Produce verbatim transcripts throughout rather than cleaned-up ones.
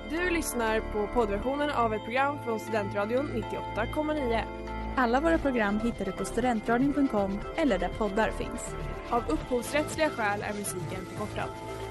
Du lyssnar på poddversionen av ett program från Studentradion nittioåtta komma nio. Alla våra program hittar du på studentradion punkt com eller där poddar finns. Av upphovsrättsliga skäl är musiken förkortad.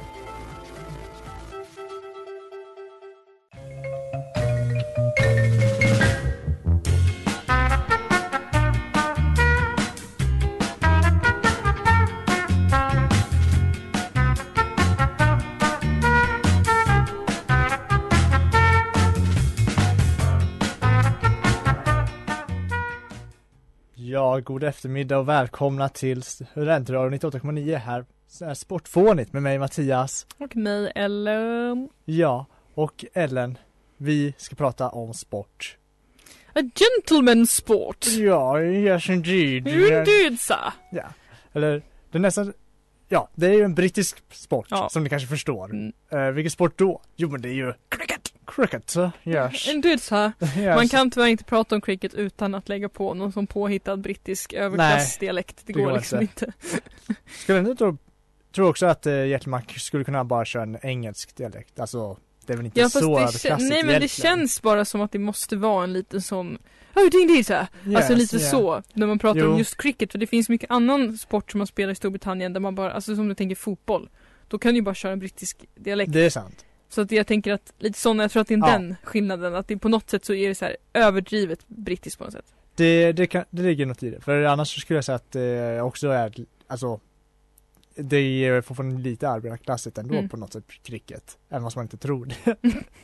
Ja, god eftermiddag och välkomna till Studentradion nittioåtta komma nio här. Så här sportfånigt med mig Mattias. Och mig Ellen. Ja, och Ellen, vi ska prata om sport. A gentleman's sport. Ja, yes indeed. Indeed, sir. Ja, eller det är nästan... Ja, det är ju en brittisk sport, ja. Som ni kanske förstår. Mm. Uh, vilken sport då? Jo, men det är ju cricket. Cricket, yes. Indeed, sir. Yes. Man kan tyvärr inte prata om cricket utan att lägga på någon som påhittad brittisk överklassdialekt. Det, det går liksom inte. inte. Skulle ni tro, tror också att uh, Hjärtmark skulle kunna bara köra en engelsk dialekt? Alltså, det är väl inte ja, så överklassigt. Nej, men egentligen. Det känns bara som att det måste vara en liten sån... Oh, det är så. Yes, alltså lite yeah. så när man pratar jo. om just cricket, för det finns mycket annan sport som man spelar i Storbritannien där man bara, alltså som du tänker fotboll, då kan du ju bara köra en brittisk dialekt. Det är sant. Så att jag tänker att lite sån, jag tror att det är ja. den skillnaden, att det på något sätt så är det så här överdrivet brittiskt på något sätt. Det, det, kan, det ligger något i det, för annars skulle jag säga att det också är, alltså det är fortfarande lite arbetarklassigt ändå mm. på något sätt, cricket, även om man inte tror det.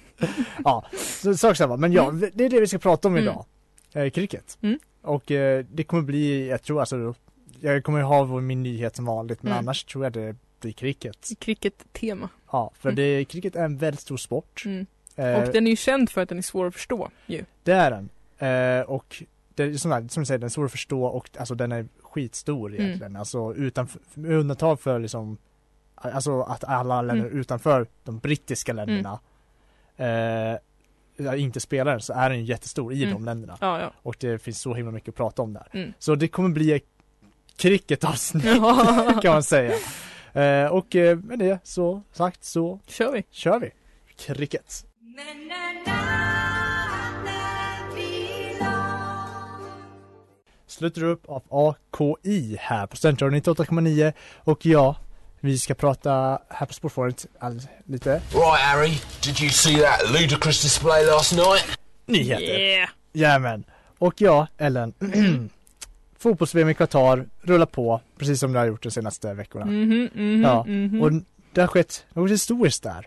Ja, så sak samma, men ja, mm. det är det vi ska prata om idag. Mm. Eh, cricket. Mm. Och eh, det kommer bli, jag tror alltså, jag kommer ha min nyhet som vanligt, men mm. annars tror jag det blir cricket. Cricket-tema. Ja, för mm. det, cricket är en väldigt stor sport. Mm. Eh, och den är ju känd för att den är svår att förstå. Ju. Det är den. Eh, och det är som, som du säger, den är svår att förstå och alltså den är skitstor egentligen. Mm. Alltså utanför, undantag för liksom, alltså att alla länder mm. utanför de brittiska länderna mm. eh, inte spelar så är den jättestor i mm. de länderna. Ja, ja. Och det finns så himla mycket att prata om där. Mm. Så det kommer bli ett cricketavsnitt ja. kan man säga. Eh, och eh, med det så sagt så kör vi. Kör vi. Cricket. Slutar upp av A K I här på Studentradion nittioåtta komma nio och ja, vi ska prata här på Sportfåret lite. Right Harry, did you see that ludicrous display last night? Nyheter. Yeah. Jajamän. Och ja, Ellen. Fotbolls-V M i Qatar rullar på precis som det har gjort de senaste veckorna. Mm-hmm, mm-hmm, ja. mm-hmm. Och det har skett något historiskt där.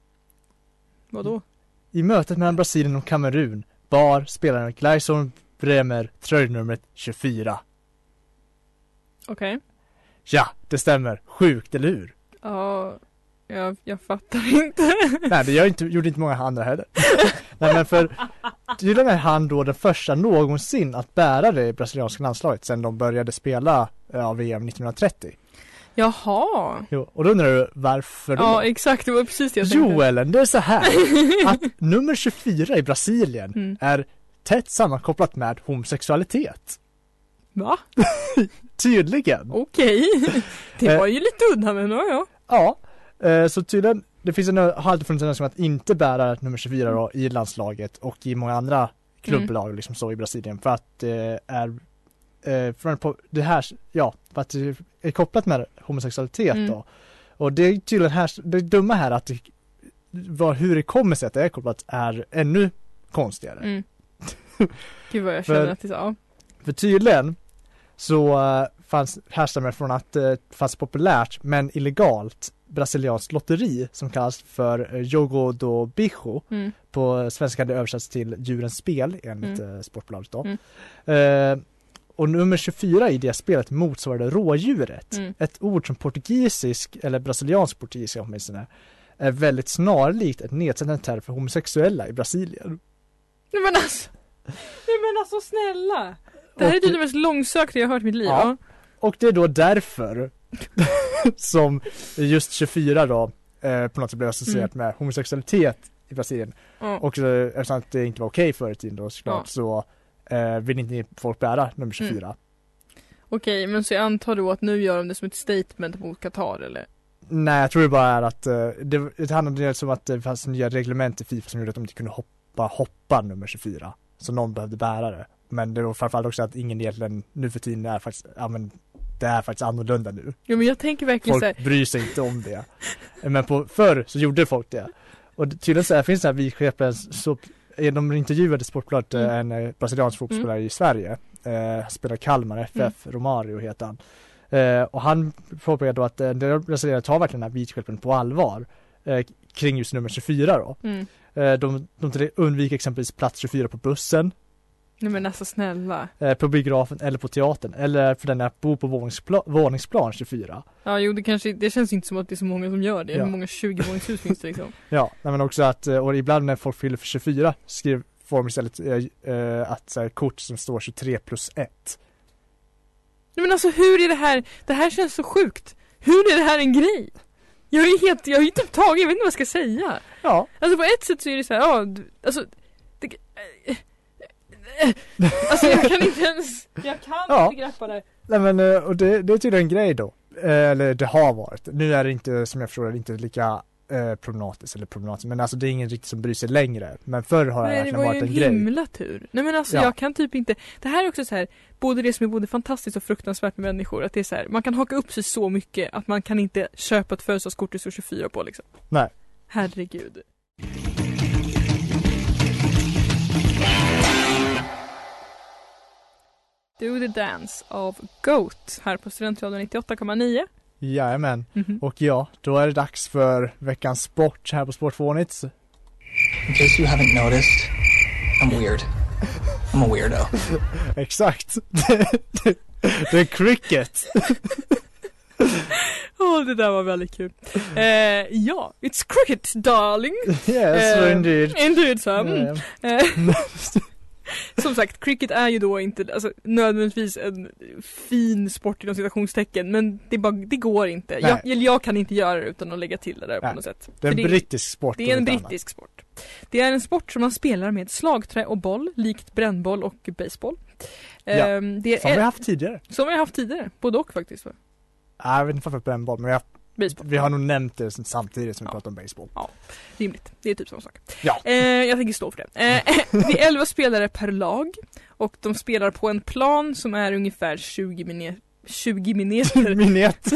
Vadå? I mötet mellan Brasilien och Kamerun bar spelaren Gleison Bremer tröjnumret tjugofyra. Okej. Okay. Ja, det stämmer. Sjukt, eller hur? Ja, jag, jag fattar inte. Nej, det gör inte, gjorde inte många andra heller. Nej, men för tydligen är han då den första någonsin att bära det brasilianska landslaget sedan de började spela ja, V M nittonhundratrettio. Jaha. Jo, och då undrar du varför då? Ja, exakt. Det var precis det jag tänkte. Jo, Ellen, det är så här att nummer tjugofyra i Brasilien mm. är tätt sammankopplat med homosexualitet. Va? Tydligen. Okej. Det var ju lite udda, men ja. Ja, eh, så tydligen, det finns en, har alltid funnits en önskan att inte bära nummer tjugofyra då, i landslaget och i många andra klubblag mm. liksom så i Brasilien, för att det eh, är eh, för på det här, ja, för att det är kopplat med homosexualitet mm. då. Och det är tydligen här, det dumma här att det, vad, hur det kommer sig att det är kopplat är ännu konstigare. Mm. Gud vad jag känner för, att det är så. För tydligen så uh, fanns härstammar från att det uh, fanns populärt men illegalt brasilianskt lotteri som kallas för uh, Jogo do Bicho. Mm. På svenska hade översatts till djurens spel enligt mm. uh, sportbolaget då. Mm. Uh, och nummer tjugofyra i det spelet motsvarade rådjuret. Mm. Ett ord som portugisisk eller brasiliansk portugisisk åtminstone är väldigt snarlikt ett nedsättande term för homosexuella i Brasilien. Nej men alltså, nej men alltså snälla. Det här och, är det mest långsökta jag har hört i mitt liv. Ja. Och det är då därför som just tjugofyra då eh, på något sätt blev associerat mm. med homosexualitet i Brasilien. Mm. Och så, eftersom att det inte var okej förr i tiden då såklart, mm. så eh, vill inte folk bära nummer tjugofyra. Mm. Okej, men så jag antar då att nu gör de det som ett statement mot Qatar eller? Nej, jag tror det bara är att uh, det, det handlade som att det fanns nya reglement i FIFA som gjorde att de inte kunde hoppa, hoppa nummer tjugofyra. Så någon behövde bära det. Men det var framförallt också att ingen egentligen nu för tiden är faktiskt, ja men det är faktiskt annorlunda nu. Ja, men jag tänker verkligen folk så här... bryr sig inte om det. Men på, förr så gjorde folk det. Och tydligen så här, finns det här vidskeparen så de intervjuade Sportbladet mm. en brasiliansk fotbollsspelare mm. i Sverige. Eh, spelar Kalmar F F, mm. Romario heter han. Eh, och han påpekade då att eh, de brasilianer tar verkligen den här vidskeparen på allvar eh, kring just nummer tjugofyra då. Mm. Eh, de, de undviker exempelvis plats tjugofyra på bussen. Nej men alltså snälla. Eh, på biografen eller på teatern. Eller för den att bo på våningsplan, våningsplan tjugofyra. Ja, jo det kanske, det känns inte som att det är så många som gör det. Ja. Hur många tjugo-våningshus finns det liksom? Ja, men också att, och ibland när folk fyller för tjugofyra skriver får de istället äh, att så här, kort som står tjugotre plus ett. Nej men alltså hur är det här? Det här känns så sjukt. Hur är det här en grej? Jag är helt, jag är inte upptagen, jag vet inte vad jag ska säga. Ja. Alltså på ett sätt så är det så här, ja, alltså det, äh, alltså jag kan inte ens jag kan ja. inte greppa det. Nej men och det, det är tydligen en grej då. Eller det har varit. Nu är det inte som jag förstår det inte lika eh, problematiskt eller problematiskt men alltså det är ingen riktigt som bryr sig längre. Men förr har det verkligen varit en grej. Det var ju en himla tur. Nej men alltså ja. jag kan typ inte. Det här är också så här både det som är både fantastiskt och fruktansvärt med människor att det är så här man kan haka upp sig så mycket att man kan inte köpa ett födelsedagskort till tjugofyra på liksom. Nej. Herregud. Do the Dance av Goat här på Studentradion nittioåtta komma nio. Jajamän. Mm-hmm. Och ja, då är det dags för veckans sport här på Sportfånigt. In case you haven't noticed, I'm weird. I'm a weirdo. Exakt. Det är cricket. Åh, oh, det där var väldigt kul. Eh, ja, it's cricket, darling. Yes, uh, indeed. Indeed, Sam. Mm. Uh, som sagt, cricket är ju då inte alltså, nödvändigtvis en fin sport inom citationstecken, men det, bara, det går inte. Jag, jag kan inte göra det utan att lägga till det där Nej. på något sätt. Det är en det, brittisk sport. Det är en brittisk annat. sport. Det är en sport som man spelar med slagträ och boll, likt brännboll och baseball. Ja, um, det är som vi har haft tidigare. Som vi har haft tidigare, både och faktiskt. Va? Nej, jag vet inte varför brännboll, men jag Baseball. Vi har nog nämnt det samtidigt som vi ja. pratar om baseball. Ja, rimligt. Det är typ samma sak. Ja. Eh, jag tänker stå för det. Eh, det är elva spelare per lag och de spelar på en plan som är ungefär tjugo minuter. tjugo minuter. Minuter.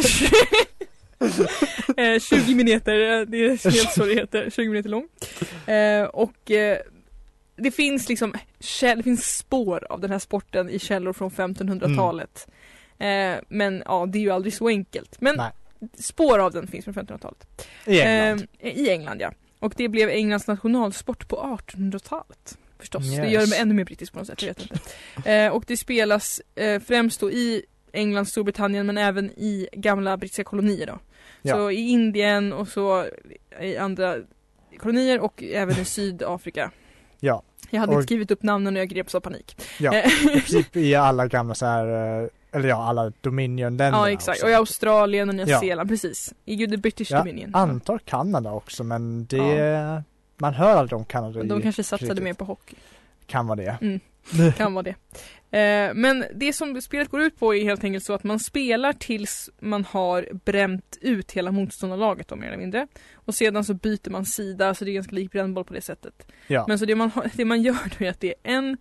eh, tjugo minuter, det är helt så det heter. tjugo minuter lång. Eh, och eh, det finns liksom det finns spår av den här sporten i källor från femtonhundratalet. Mm. Eh, men ja, det är ju aldrig så enkelt. Men Nej. spår av den finns från femtonhundratalet. I England. Eh, I England, ja. Och det blev Englands nationalsport på artonhundratalet. Förstås. Yes. Det gör det med ännu mer brittiskt på något sätt, jag vet inte. Eh, och det spelas eh, främst då i England, Storbritannien, men även i gamla brittiska kolonier då. Ja. Så i Indien och så i andra kolonier och även i Sydafrika. Ja. Jag hade och... inte skrivit upp namnen och jag greps av panik. Ja, i princip i alla gamla så här... Eller ja, alla Dominion-länder. Ja, exakt. Också. Och i Australien och Nya ja. Zeeland, precis. I the British ja, Dominion. antar Kanada också, men det... Ja. Man hör aldrig om Kanada. Men de kanske satsade kriget. mer på hockey. Kan vara det. Mm. Kan vara det. Eh, men det som spelet går ut på är helt enkelt så att man spelar tills man har bränt ut hela motståndarlaget då, mer eller mindre. Och sedan så byter man sida, så det är ganska lik brännboll på det sättet. Ja. Men så det man, det man gör då är att det är en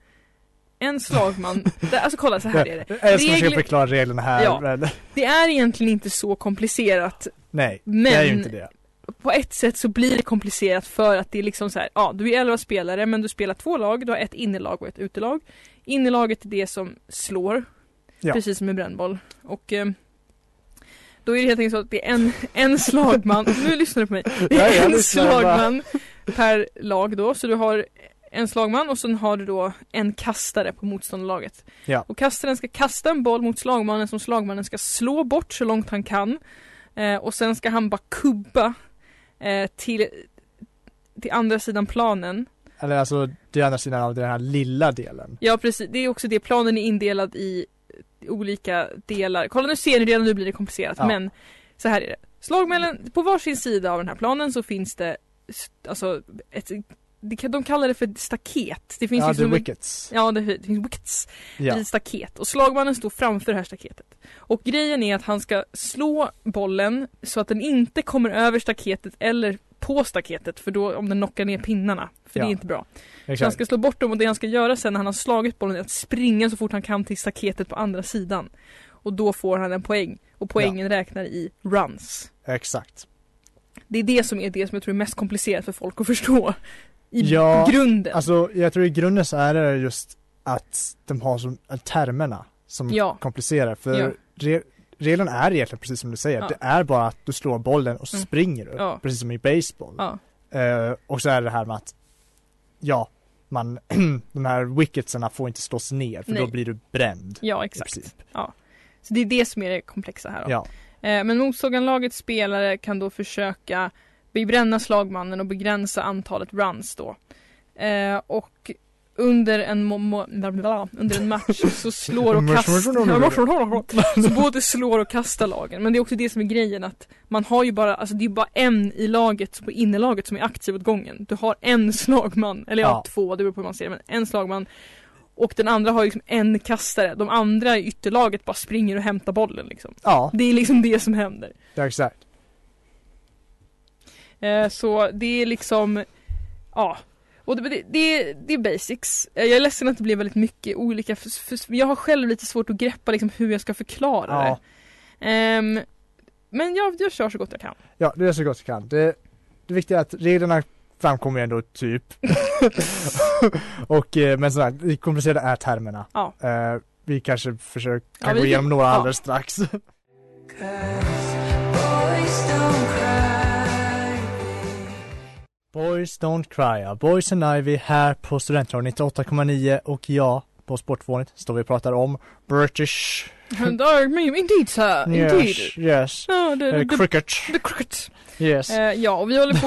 En slagman, alltså kolla så här är det. Jag ska Regler... förklara reglerna här. Ja, det är egentligen inte så komplicerat. Nej, men det är ju inte det. På ett sätt så blir det komplicerat för att det är liksom så här, ja, du är elva spelare men du spelar två lag, du har ett innelag och ett utelag. Innelaget är det som slår, ja. Precis som med brännboll. Och eh, då är det helt enkelt så att det är en, en slagman, nu lyssnar du på mig. Det är ja, en slagman per lag då, så du har en slagman och sen har du då en kastare på motståndarlaget. Ja. Och kastaren ska kasta en boll mot slagmannen som slagmannen ska slå bort så långt han kan. Eh, och sen ska han bara kubba eh, till, till andra sidan planen. Eller alltså till andra sidan av den här lilla delen. Ja, precis. Det är också det. Planen är indelad i olika delar. Kolla, nu ser ni redan, nu blir det komplicerat. Ja. Men så här är det. Slagmannen, på varsin sida av den här planen så finns det alltså ett de kallar det för staket. Det finns ja, liksom the wickets. En, ja, det, det finns wickets. Ja. I staket. Och slagmannen står framför det här staketet. Och grejen är att han ska slå bollen så att den inte kommer över staketet eller på staketet, för då om den knockar ner pinnarna. För ja. Det är inte bra. Exakt. Så han ska slå bort dem, och det han ska göra sen när han har slagit bollen är att springa så fort han kan till staketet på andra sidan. Och då får han en poäng. Och poängen ja. räknar i runs. Exakt. Det är det som är det som jag tror är mest komplicerat för folk att förstå. I ja, grunden. Alltså jag tror i grunden så är det just att de har som termerna som ja. komplicerar. För ja. re- reglerna är egentligen precis som du säger. Ja. Det är bara att du slår bollen och mm. springer du. Ja. Precis som i baseball. Ja. Uh, och så är det här med att ja, man de här wicketsarna får inte slås ner, för Nej. då blir du bränd. Ja, exakt. Ja. Så det är det som är det komplexa här då. Ja. Uh, men motståndarlagets spelare kan då försöka bebränna slagmannen och begränsa antalet runs då. Uh, och under en mo- mo- under en match så slår och kastar så både slår och kastar lagen. Men det är också det som är grejen, att man har ju bara, alltså det är bara en i laget på innelaget som är aktiv åt gången. Du har en slagman, eller ja, ja. två, det beror på hur man ser det, men en slagman, och den andra har liksom en kastare. De andra i ytterlaget bara springer och hämtar bollen liksom. Ja. Det är liksom det som händer. Ja, exakt. Eh, så det är liksom ja. Och det, det, det är basics. Jag är ledsen att det blir väldigt mycket olika. För, för jag har själv lite svårt att greppa liksom hur jag ska förklara ja. det. Um, men jag, jag kör så gott jag kan. Ja, det är så gott jag kan. Det, det viktiga är att reglerna framkommer ändå typ. och, men sådär, det komplicerade är termerna. Ja. Uh, vi kanske försöker kan ja, gå igenom några ja. alldeles strax. Boys Don't Cry, ja. Boys and Ivy här på Studentradion nittioåtta komma nio, och ja, på Sportvånet står vi och pratar om British Indeed, sir. Indeed. Yes, yes. No, the, uh, the, cricket. The cricket. Yes. Uh, ja, och vi håller på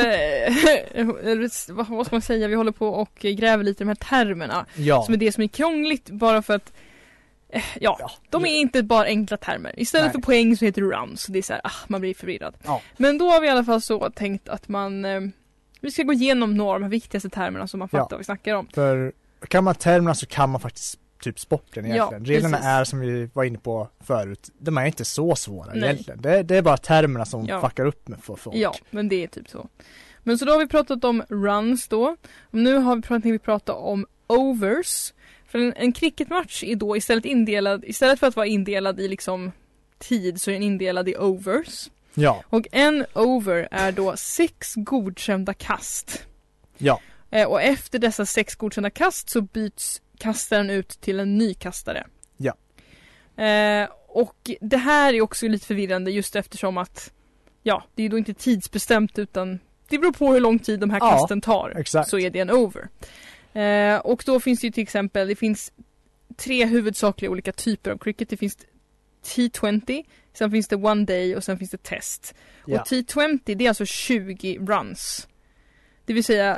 och vad, vad ska man säga, vi håller på och gräver lite i de här termerna. Ja. Som är det som är krångligt, bara för att eh, ja, ja, de är inte bara enkla termer. Istället Nej. för poäng så heter det runs. Det är så här, ah, man blir förvirrad. Ja. Men då har vi i alla fall så tänkt att man eh, vi ska gå igenom några av de viktigaste termerna som man fattar ja. vad vi snackar om. För kan man termerna så kan man faktiskt typ sporten egentligen. Ja, reglerna är som vi var inne på förut. De är inte så svåra Nej. egentligen. Det, det är bara termerna som ja. fuckar upp med för folk. Ja, men det är typ så. Men så då har vi pratat om runs då. Och nu har vi pratat, vi pratat om overs. För en, en cricketmatch är då istället indelad, istället för att vara indelad i liksom tid, så är den indelad i overs. Ja. Och en over är då sex godkända kast. Ja. Eh, och efter dessa sex godkända kast så byts kastaren ut till en ny kastare. Ja. Eh, och det här är också lite förvirrande, just eftersom att ja, det är då inte tidsbestämt, utan det beror på hur lång tid de här kasten ja, tar. Exakt. Så är det en over. Eh, och då finns det ju till exempel, det finns tre huvudsakliga olika typer av cricket. Det finns T tjugo, sen finns det one day och sen finns det test. Ja. Och T tjugo, det är alltså tjugo runs. Det vill säga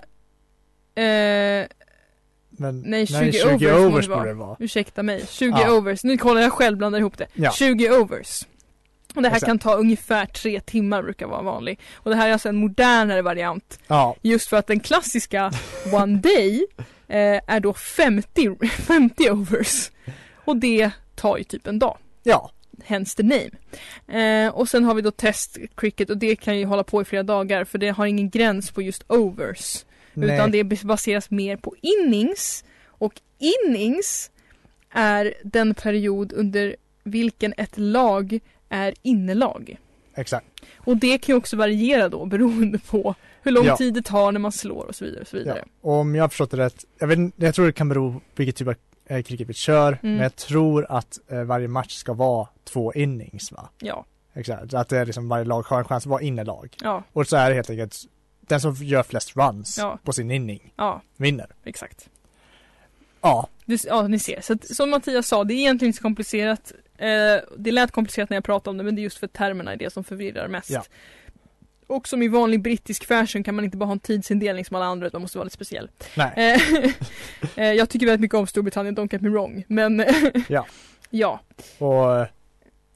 eh, Men, nej, tjugo, nej, tjugo overs, overs borde det vara. Ursäkta mig, tjugo ja. overs. Nu kollar jag själv, blandar ihop det. Ja. tjugo overs. Och det här Exakt. kan ta ungefär tre timmar, brukar vara vanlig. Och det här är alltså en modernare variant. Ja. Just för att den klassiska one day eh, är då femtio, femtio overs. Och det tar ju typ en dag. Ja. Hence the name. Eh, och sen har vi då test cricket, och det kan ju hålla på i flera dagar, för det har ingen gräns på just overs. Nej. Utan det baseras mer på innings. Och innings är den period under vilken ett lag är innelag. Exakt. Och det kan ju också variera då beroende på hur lång ja. tid det tar när man slår och så vidare och så vidare. Ja. Och om jag har förstått det rätt, jag, vet, jag tror det kan bero på vilket typ av eh, cricket vi kör, mm. men jag tror att eh, varje match ska vara två innings, va? Ja. Exakt, att det är liksom varje lag har en chans att vara innelag. Ja. Och så är det helt enkelt den som gör flest runs ja. på sin inning ja. vinner. Exakt. Ja. Det, ja, ni ser. Så att, som Mattias sa, det är egentligen inte så komplicerat. Eh, det lät komplicerat när jag pratade om det, men det är just för termerna är det som förvirrar mest. Ja. Och som i vanlig brittisk fashion kan man inte bara ha en tidsindelning som alla andra, utan man måste vara lite speciell. Nej. Eh, jag tycker väldigt mycket om Storbritannien, don't get me wrong. Men ja. ja. Och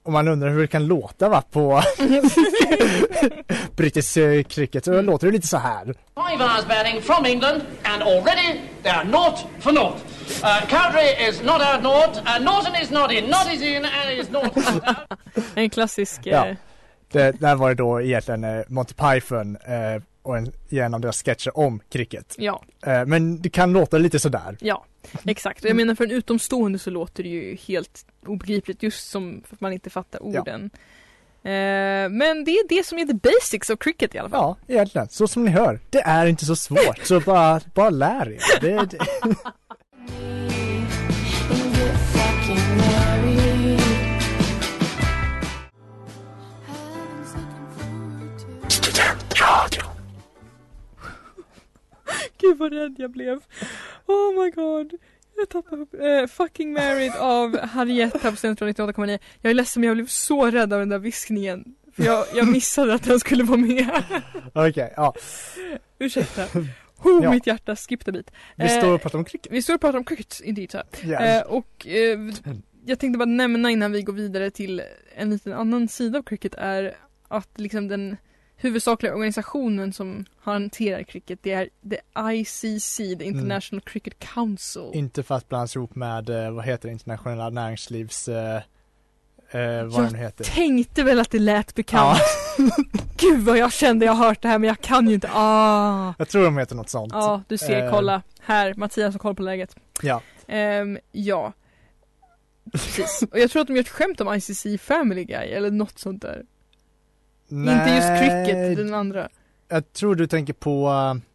om man undrar hur det kan låta va, på brittisk cricket, så låter det lite så här. Five hours batting from England and already they are naught for naught. Uh, Cowdrey is not out naught, and Norton is not in, not is in and is not out. En klassisk... Ja. Eh... Det, där var det då egentligen eh, Monty Python eh, och en, en av deras sketcher om cricket. Ja. Eh, men det kan låta lite sådär. Ja, exakt. Och jag menar för en utomstående så låter det ju helt obegripligt just som för att man inte fattar orden. Ja. Eh, men det är det som är the basics of cricket i alla fall. Ja, egentligen. Så som ni hör. Det är inte så svårt. Så bara, bara lär er. Det, det. Gud vad rädd jag blev. Oh my god. Jag tappade uh, Fucking Married av Harriet här på Central nittioåtta komma nio. Jag är ledsen men jag blev så rädd av den där viskningen. För jag, jag missade att den skulle vara med. Okej, okay, ja. Ursäkta. Oh, ja. Mitt hjärta skippade bit. Vi står och pratar om cricket. Vi står och pratar om cricket, indeed. Så yes. uh, och uh, jag tänkte bara nämna innan vi går vidare till en liten annan sida av cricket är att liksom den huvudsakliga organisationen som hanterar cricket, det är the I C C, the International mm. Cricket Council. Inte för att blandas ihop med, vad heter det, internationella näringslivs... Eh, eh, vad jag den heter. Tänkte väl att det lät bekant. Ja. Gud vad jag kände, jag har hört det här men jag kan ju inte. Ah. Jag tror de heter något sånt. Ja, du ser, eh. kolla. Här, Mattias har koll på läget. Ja. Um, ja. Precis. Och jag tror att de gör ett skämt om I C C Family Guy eller något sånt där. Nej, inte just cricket, den andra. Jag tror du tänker på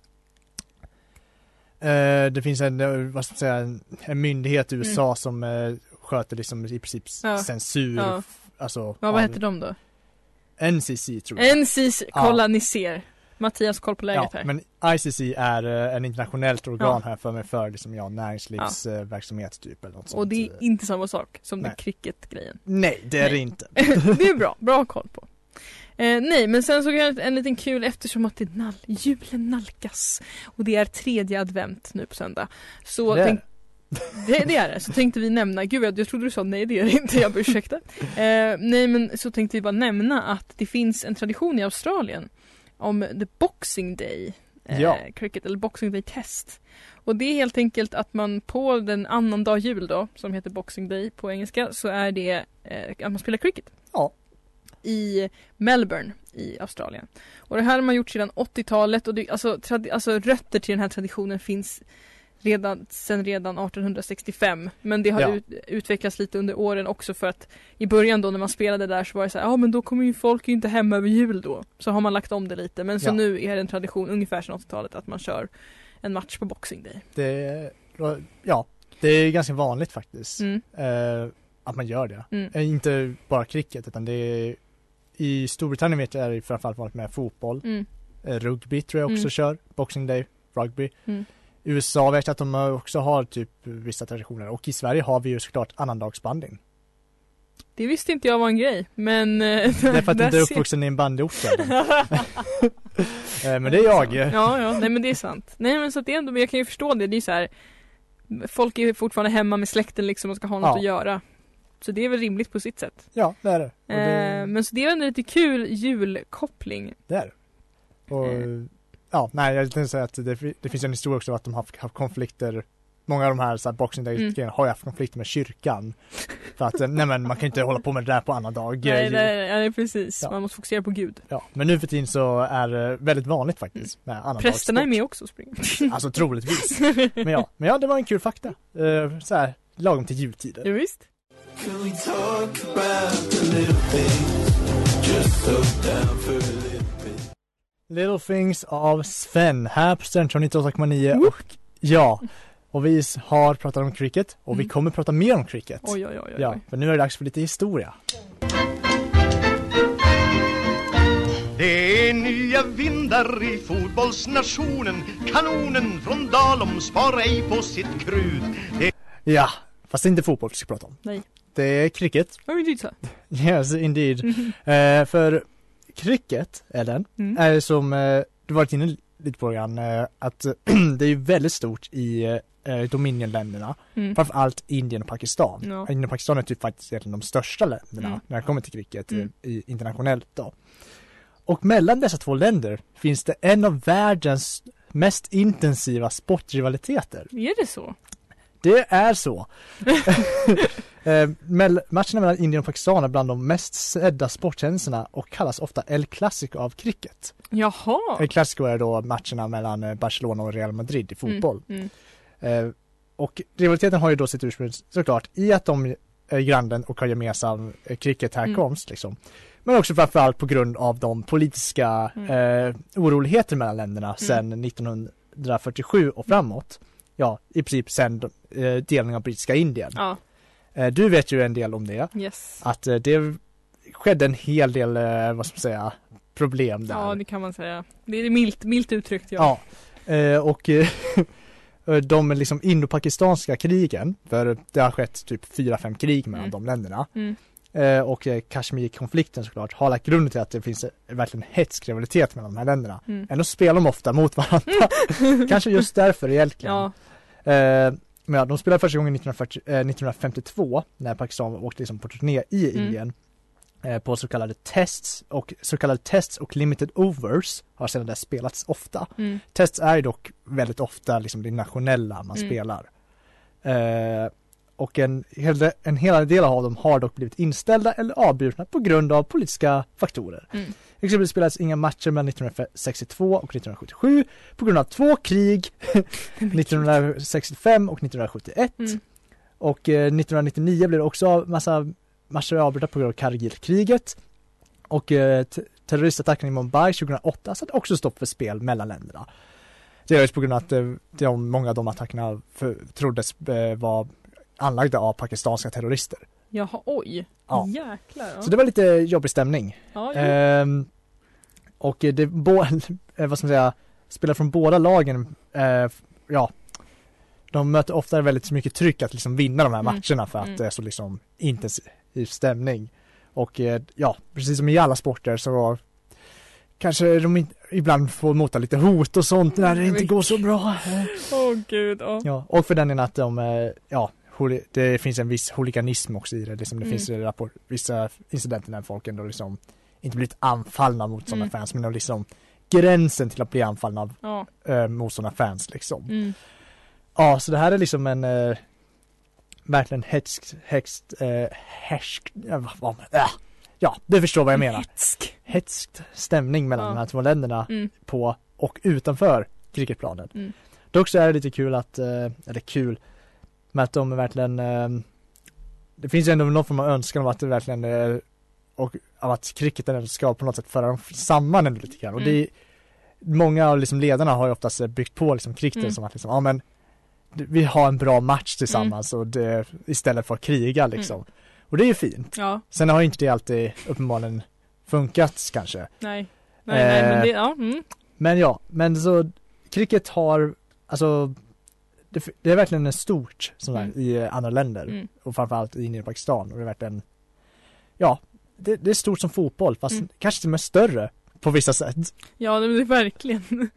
uh, det finns en, uh, vad ska man säga, en, en myndighet i U S A mm. som uh, sköter liksom i princip ja. censur. Ja. Alltså, ja, vad av, heter de då? N C C tror jag. N C C, kolla ja. Ni ser. Mattias koll på läget ja, här. Men I C C är uh, en internationellt organ ja. här för mig för liksom, ja, näringslivsverksamhet ja. uh, typ eller något sånt. Och det är inte samma sak som den cricket-grejen. Nej, det är Nej. det inte. Det är bra, bra koll på. Eh, nej, men sen såg jag en, en liten kul eftersom att det är nall, julen nalkas. Och det är tredje advent nu på söndag. Så det är tänk, det, det är det. Så tänkte vi nämna, gud jag, jag trodde du sa nej det är det inte, jag ber ursäkta. Eh, nej men så tänkte vi bara nämna att det finns en tradition i Australien om the Boxing Day eh, ja. cricket eller Boxing Day test. Och det är helt enkelt att man på den annan dag jul då, som heter Boxing Day på engelska, så är det eh, att man spelar cricket. Ja. I Melbourne i Australien. Och det här har man gjort sedan åttiotalet och det, alltså, trad, alltså rötter till den här traditionen finns redan sedan redan arton sextiofem, men det har ja. ut, utvecklats lite under åren också för att i början då när man spelade där så var det så här, ja men då kommer ju folk inte hem över jul då. Så har man lagt om det lite, men så ja. nu är det en tradition ungefär sedan åttiotalet att man kör en match på Boxing Day. Det ja, det är ganska vanligt faktiskt. Mm. Eh, att man gör det. Mm. Eh, inte bara cricket utan det är i Storbritannien vet jag är det framförallt vanligt med fotboll. Mm. Eh, rugby tror jag också mm. kör. Boxing Day, rugby. Mm. U S A vet jag att de också har typ vissa traditioner. Och i Sverige har vi ju såklart annandagsbanding. Det visste inte jag var en grej. Men det är för att du inte är uppvuxen i en bandyort. Men det är jag. Ja, ja. Nej men det är sant. Nej men så att det är ändå, men jag kan ju förstå det. Det är så här, folk är fortfarande hemma med släkten liksom och ska ha något ja. att göra. Så det är väl rimligt på sitt sätt. Ja, det är det. det... Eh, men så det är en lite kul julkoppling. Det är det. Och, eh. ja, nej, jag tänkte säga att det, det finns en historia också att de har haft konflikter. Många av de här, så här Boxing Day mm. har haft konflikter med kyrkan. För att, nej men man kan inte hålla på med det där på annan dag. Nej, nej, nej precis. Ja. Man måste fokusera på Gud. Ja, men nu för tiden så är det väldigt vanligt faktiskt med annan Prästerna är med också spring. Alltså troligtvis. Men ja, men ja, det var en kul fakta. Uh, så här, lagom till jultider. Ja, visst. Can we talk about the little things? Just so down for a little bit. Little Things av Sven här på Central nittioåtta komma nio och ja, och vi har pratat om cricket och mm. vi kommer prata mer om cricket. Oj, oj, oj, oj. Ja, för nu är det dags för lite historia. Det är nya vindar i fotbollsnationen. Kanonen från Dalom sparar ej på sitt krut. Det... Ja, fast det är inte fotboll vi ska prata om. Nej. Det är cricket. Oh, indeed, så. Yes, indeed. Mm-hmm. Uh, för cricket, Ellen, mm. är som uh, du varit inne lite på grann, uh, att uh, det är ju väldigt stort i uh, eh, Dominion-länderna. Mm. Framförallt Indien och Pakistan. Ja. Indien och Pakistan är typ faktiskt de största länderna Mm. när det kommer till cricket Mm. i, internationellt då. Och mellan dessa två länder finns det en av världens mest intensiva sportrivaliteter. Är det så? Det är så. eh, mell- matcherna mellan Indien och Pakistan är bland de mest sedda sporthändelserna och kallas ofta El Clasico av cricket. Jaha. El Clasico är då matcherna mellan eh, Barcelona och Real Madrid i fotboll. Mm. Mm. Eh, och rivaliteten har ju då sitt ursprung såklart i att de är grannen och har gemensam eh, cricket härkomst mm. liksom. Men också framförallt på grund av de politiska mm. eh, oroligheter mellan länderna mm. sedan nittonhundrafyrtiosju och framåt. Ja, i princip sedan eh, delning av brittiska Indien. Ja. Eh, du vet ju en del om det. Yes. Att eh, det skedde en hel del, eh, vad ska man säga, problem där. Ja, det kan man säga. Det är milt, milt uttryckt, ja. Ja, eh, och eh, de liksom indo-pakistanska krigen, för det har skett typ fyra, fem krig mellan mm. de länderna. Mm. Eh, och eh, Kashmir-konflikten såklart har lagt grunden till att det finns eh, verkligen hetsk rivalitet mellan de här länderna. Mm. Ändå spelar de ofta mot varandra. Kanske just därför egentligen. Ja. Eh, men ja, de spelade första gången nittonhundrafyrtio, eh, nittonhundrafemtiotvå när Pakistan åkte liksom på turné i mm. Indien. Eh, på så kallade tests och så kallade tests och limited overs har sedan dess spelats ofta. Mm. Tests är ju dock väldigt ofta liksom det nationella man mm. spelar. Eh, och en hel, en hel del av dem har dock blivit inställda eller avbrutna på grund av politiska faktorer. Mm. Exempelvis spelades inga matcher mellan nittonhundrasextiotvå och nittonhundrasjuttiosju på grund av två krig nittonhundrasextiofem och nittonhundrasjuttioett. Mm. Och eh, nittonhundranittionio blev det också massa matcher avbrutna på grund av Kargilkriget. Och eh, t- terroristattacken i Mumbai tjugohundraåtta satte också stopp för spel mellan länderna. Det är just på grund av att eh, de, många av de attackerna för, troddes eh, vara anlagda av pakistanska terrorister. Jaha, oj. Ja. Jäklar. Ja. Så det var lite jobbig stämning. Ja, ehm, och det bo- eh, vad ska man säga, spelare från båda lagen eh, ja, de möter ofta väldigt mycket tryck att liksom vinna de här mm. matcherna för att mm. det är så liksom intensiv stämning. Och eh, ja, precis som i alla sporter så kanske de in- ibland får mota lite hot och sånt när det inte går så bra. Åh oh, gud, ja. Ja. Och för den är att de, eh, ja, holi- det finns en viss huliganism också i det. Liksom det mm. finns rapport- vissa incidenter när folk ändå liksom inte blivit anfallna mot sådana mm. fans, men de liksom gränsen till att bli anfallna av, ja. äh, mot sådana fans liksom. Mm. Ja, så det här är liksom en äh, verkligen hätsk, hätsk, äh, härsk, äh, vad, äh, ja, du förstår vad jag menar. Hätsk. Hätsk stämning mellan ja. de här två länderna mm. på och utanför cricketplanen. Mm. Dock så är det lite kul att, äh, eller kul, med att de verkligen, äh, det finns ju ändå någon form av önskan om att det verkligen äh, och av att cricketen ska på något sätt föra dem samman ändå lite grann. Mm. Och det är, många av liksom ledarna har ju oftast byggt på liksom cricketen mm. som att liksom, ja men vi har en bra match tillsammans mm. och det, istället för att kriga liksom. Mm. Och det är ju fint. Ja. Sen har inte det alltid uppenbarligen funkat kanske. Nej, nej, eh, nej men det, ja. Mm. Men ja, men så cricket har, alltså det, det är verkligen stort sånt där, mm. i andra länder mm. och framförallt i Indien och Pakistan och det är verkligen, ja, det, det är stort som fotboll fast mm. kanske till och med större på vissa sätt. Ja, det är verkligen.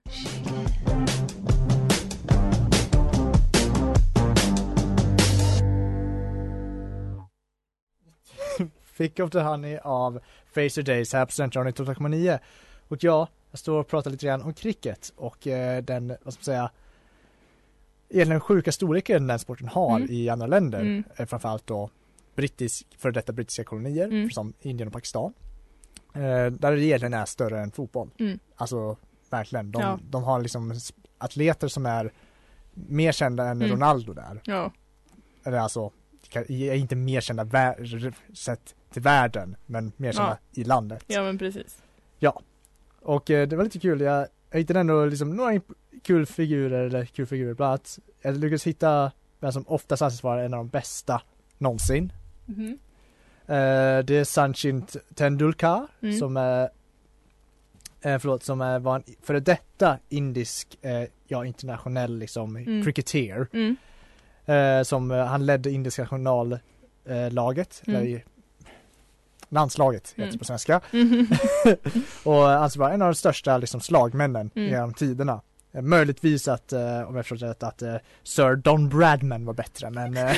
Fick of the Honey av Fraser Days här på Central nittonhundraåtta komma nio. Och ja, jag står och pratar lite grann om cricket och eh, den, vad ska man säga, egentligen sjuka storleken den sporten har mm. i andra länder. Mm. Eh, framförallt då brittisk, för detta brittiska kolonier mm. som Indien och Pakistan. Eh, där det egentligen är större än fotboll. Mm. Alltså verkligen. De, ja. de har liksom atleter som är mer kända än mm. Ronaldo där. Ja. Eller alltså, är inte mer kända vä- sett till världen, men mer kända ja. i landet. Ja, men precis. Ja. Och eh, det var lite kul. Jag, jag hittade ändå liksom några kul figurer, eller kul figurer bland annat. Jag lyckades hitta vem som oftast anses vara en av de bästa någonsin. Mm-hmm. Eh, det är Sachin Tendulkar mm. som är eh, förlåt, som är, var en före detta indisk eh, ja, internationell liksom mm. cricketer. Mm. Eh, som eh, han ledde indiska nationallaget eh, mm. landslaget heter mm. på svenska. Mm. Och han var en av de största liksom, slagmännen mm. genom tiderna. Möjligtvis att, uh, om jag förstår rätt, att uh, Sir Don Bradman var bättre, men uh,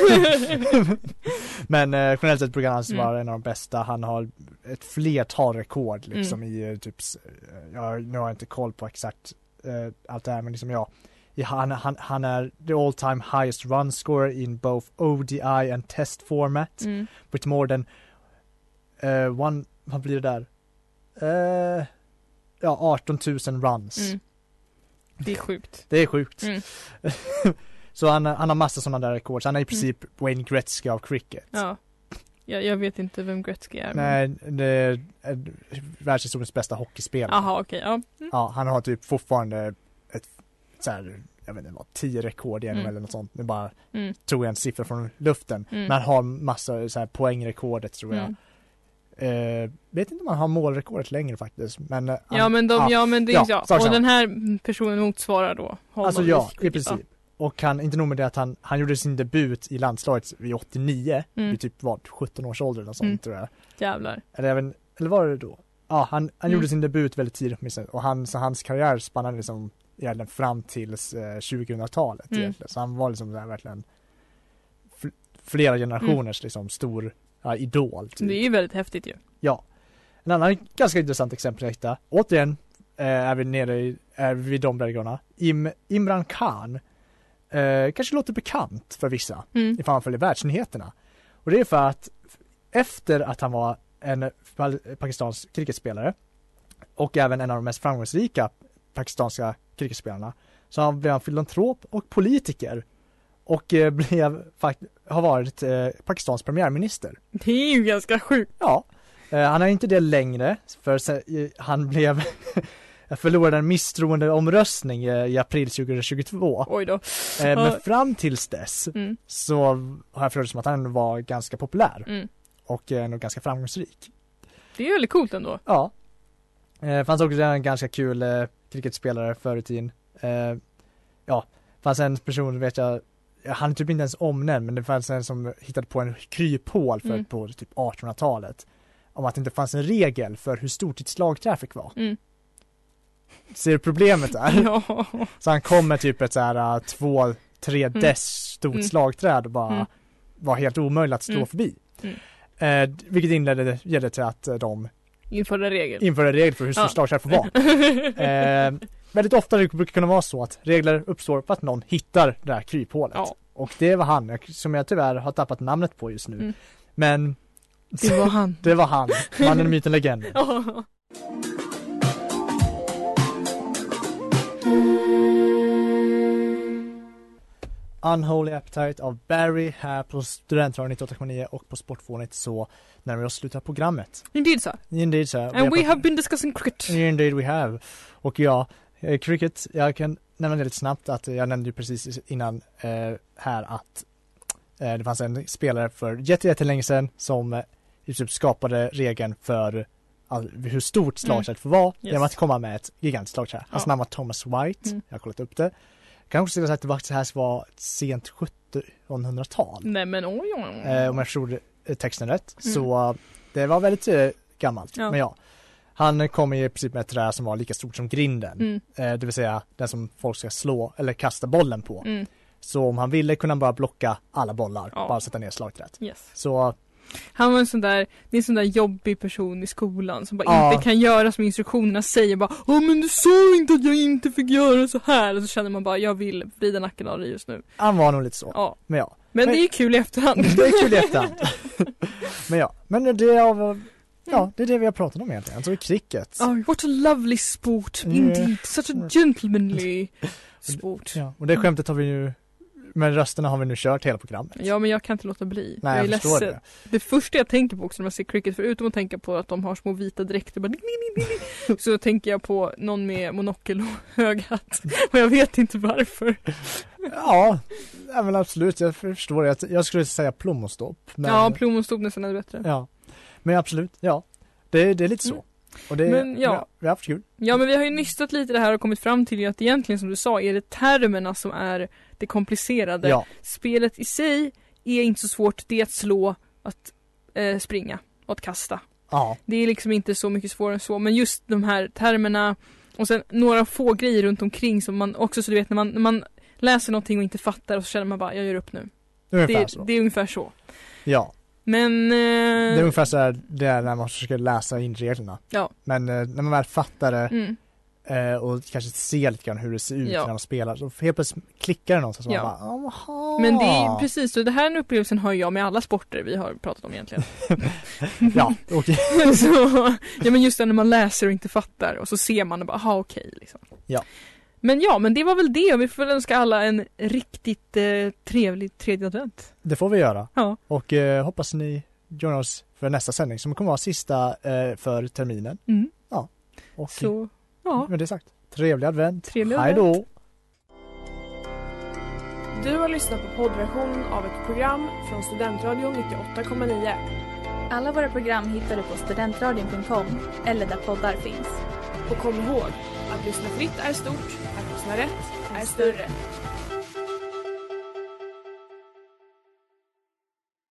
men uh, generellt sett brukar han mm. vara en av de bästa. Han har ett flertal rekord liksom mm. i uh, typ, uh, jag, nu har jag inte koll på exakt uh, allt det här, men liksom ja, han, han, han är the all time highest run scorer in both O D I and test format mm. with more than uh, one, vad blir det där? Uh, ja, arton tusen runs. Mm. Det är sjukt. Det är sjukt. Mm. Så han, han har massa sådana där rekord. Han är i princip mm. Wayne Gretzky av cricket. Ja. Jag, jag vet inte vem Gretzky är. Nej, men... det är världshistoriens bästa hockeyspelare. Jaha, okej. Okay, ja. Mm. Ja, han har typ fortfarande ett så här, jag vet inte vad, tio rekord igen mm. eller något sånt. Nu bara mm. tog jag en siffra från luften. Mm. Men han har massa så här poängrekordet, tror jag. Mm. Uh, vet inte om man har målrekordet längre faktiskt, men uh, ja, men de, ja, ja men det är ja, ja. Och den här personen motsvarar då alltså ja, i princip ja. Och han, inte nog med det att han, han gjorde sin debut i landslaget vid åttionio mm. vid typ vad, sjutton års ålder eller sånt mm. tror jag. Jävlar. Eller även, eller var det då? Ja, han, han mm. gjorde sin debut väldigt tidigt och han, så hans karriär spannade liksom egentligen fram till uh, tjugohundratalet mm. egentligen. Så han var liksom där verkligen fl- flera generationers mm. liksom stor ja, idol. Typ. Det är ju väldigt häftigt ju. Ja. En annan ganska intressant exempel detta. Återigen eh, är vi nere i, är vi vid de bergarna. Im, Imran Khan eh, kanske låter bekant för vissa mm. ifall man följer världsnyheterna. Och det är för att efter att han var en pakistansk cricketspelare och även en av de mest framgångsrika pakistanska cricketspelarna så han blev han filantrop och politiker. Och eh, blev fakt- har varit eh, Pakistans premiärminister. Det är ju ganska sjukt. Ja, eh, han är inte det längre. För se- eh, han blev förlorade en misstroendeomröstning eh, i april tjugohundratjugotvå. Oj då. Eh, men fram tills dess mm. så har jag förstått som att han var ganska populär. Mm. Och eh, nog ganska framgångsrik. Det är ju väldigt coolt ändå. Ja. Eh, fanns också en ganska kul eh, cricketspelare förr i tiden. Eh, ja, fanns en person, vet jag, han är typ inte ens omnämnd, men det fanns en som hittade på en kryphål för mm. på typ artonhundratalet om att det inte fanns en regel för hur stort ett slagträ fick vara. Mm. Ser du problemet där? Ja. Så han kom med typ ett så här två, tre mm. dess stort mm. slagträd och bara mm. var helt omöjligt att slå mm. förbi. Mm. Eh, vilket inledde gällde till att de införde regel. Införde regel för hur stort ja. slagträd får vara. eh, Väldigt ofta det brukar kunna vara så att regler uppstår för att någon hittar det här kryphålet. Ja. Och det var han, som jag tyvärr har tappat namnet på just nu. Mm. Men det var han. Det var han. Mannen, myten, legenden. Ja. Unholy Appetite av Barry här på Studentradion nittioåtta komma nio och på Sportfånigt så när vi oss slutar programmet. Indeed sir. Indeed sir. And we, we have been discussing cricket. Indeed we have. Och ja, eh, cricket, jag kan nämna det lite snabbt att jag nämnde ju precis innan eh, här att eh, det fanns en spelare för jätte, jätte länge sedan som eh, typ skapade regeln för all, hur stort slagträd mm. får vara yes. genom att komma med ett gigantiskt slagträd. Hans ja. namn var Thomas White. Mm. Jag har kollat upp det. Jag kan också säga att det var, så här var ett sent sjuttonhundratal. Nej men oj, oj, oj. Eh, om jag förstod texten rätt. Mm. Så uh, det var väldigt uh, gammalt. Ja. Men ja, han kom i princip med ett trä som var lika stort som grinden. Mm. Eh, det vill säga den som folk ska slå eller kasta bollen på. Mm. Så om han ville kunde han bara blocka alla bollar. Ja. Bara sätta ner slagträet. Yes. Så han var en sån där, det är en sån där jobbig person i skolan som bara ja. inte kan göra som instruktionerna säger, bara åh men du sa inte att jag inte fick göra så här, och så känner man bara jag vill vrida nacken av det just nu. Han var nog lite så. Ja. Men ja. Men, men det är kul i efterhand. Det är kul i efterhand. Men ja, men det är ja, det är det vi har pratat om egentligen. Alltså cricket. Oh, what a lovely sport indeed. Such a gentlemanly sport. Ja, och det skämtet har vi ju, men rösterna har vi nu kört hela programmet. Ja, men jag kan inte låta bli. Nej, jag, jag förstår det. Det första jag tänker på också när man ser cricket, förutom att tänka på att de har små vita dräkter, bara, så tänker jag på någon med monokel och hög hatt. Och jag vet inte varför. Ja, men absolut. Jag förstår det. Jag skulle säga plommonstopp. Men... Ja, plommonstopp nästan är bättre. Ja, men absolut. Ja, det, det är lite så. Mm. Och det, men, ja. vi har haft kul. Ja, men vi har ju nystat lite det här och kommit fram till att egentligen som du sa är det termerna som är det komplicerade. Ja. Spelet i sig är inte så svårt. Det är att slå, att eh, springa och att kasta. Ja. Det är liksom inte så mycket svårare än så. Men just de här termerna, Och sen några få grejer runt omkring som man också, så du vet när man, när man läser någonting och inte fattar och så känner man bara, jag gör upp nu. Det, det, det är ungefär så. Ja. Men eh... det är ungefär så här, det är när man försöker läsa in reglerna. Ja. Men eh, när man väl fattar det mm. eh, och kanske ser lite grann hur det ser ut ja. när man spelar, så helt plötsligt klickar det någonstans. Ja. Man bara, aha. Men det är precis så, det här upplevelsen har jag med alla sporter vi har pratat om egentligen. Ja, okej. Så, ja, men just när man läser och inte fattar och så ser man och bara, aha, okej liksom. Ja. Men ja, men det var väl det, och vi får väl önska alla en riktigt eh, trevlig tredje advent. Det får vi göra. Ja. Och eh, hoppas ni joinar oss för nästa sändning som kommer vara sista eh, för terminen. Mm. Ja. Och så, ja. med det sagt, trevlig advent. Trevlig Hej då. advent. Du har lyssnat på poddversionen av ett program från Studentradion nittioåtta komma nio. Alla våra program hittar du på studentradion punkt com eller där poddar finns. Och kom ihåg, att lyssna fritt är stort, att lyssna rätt är större.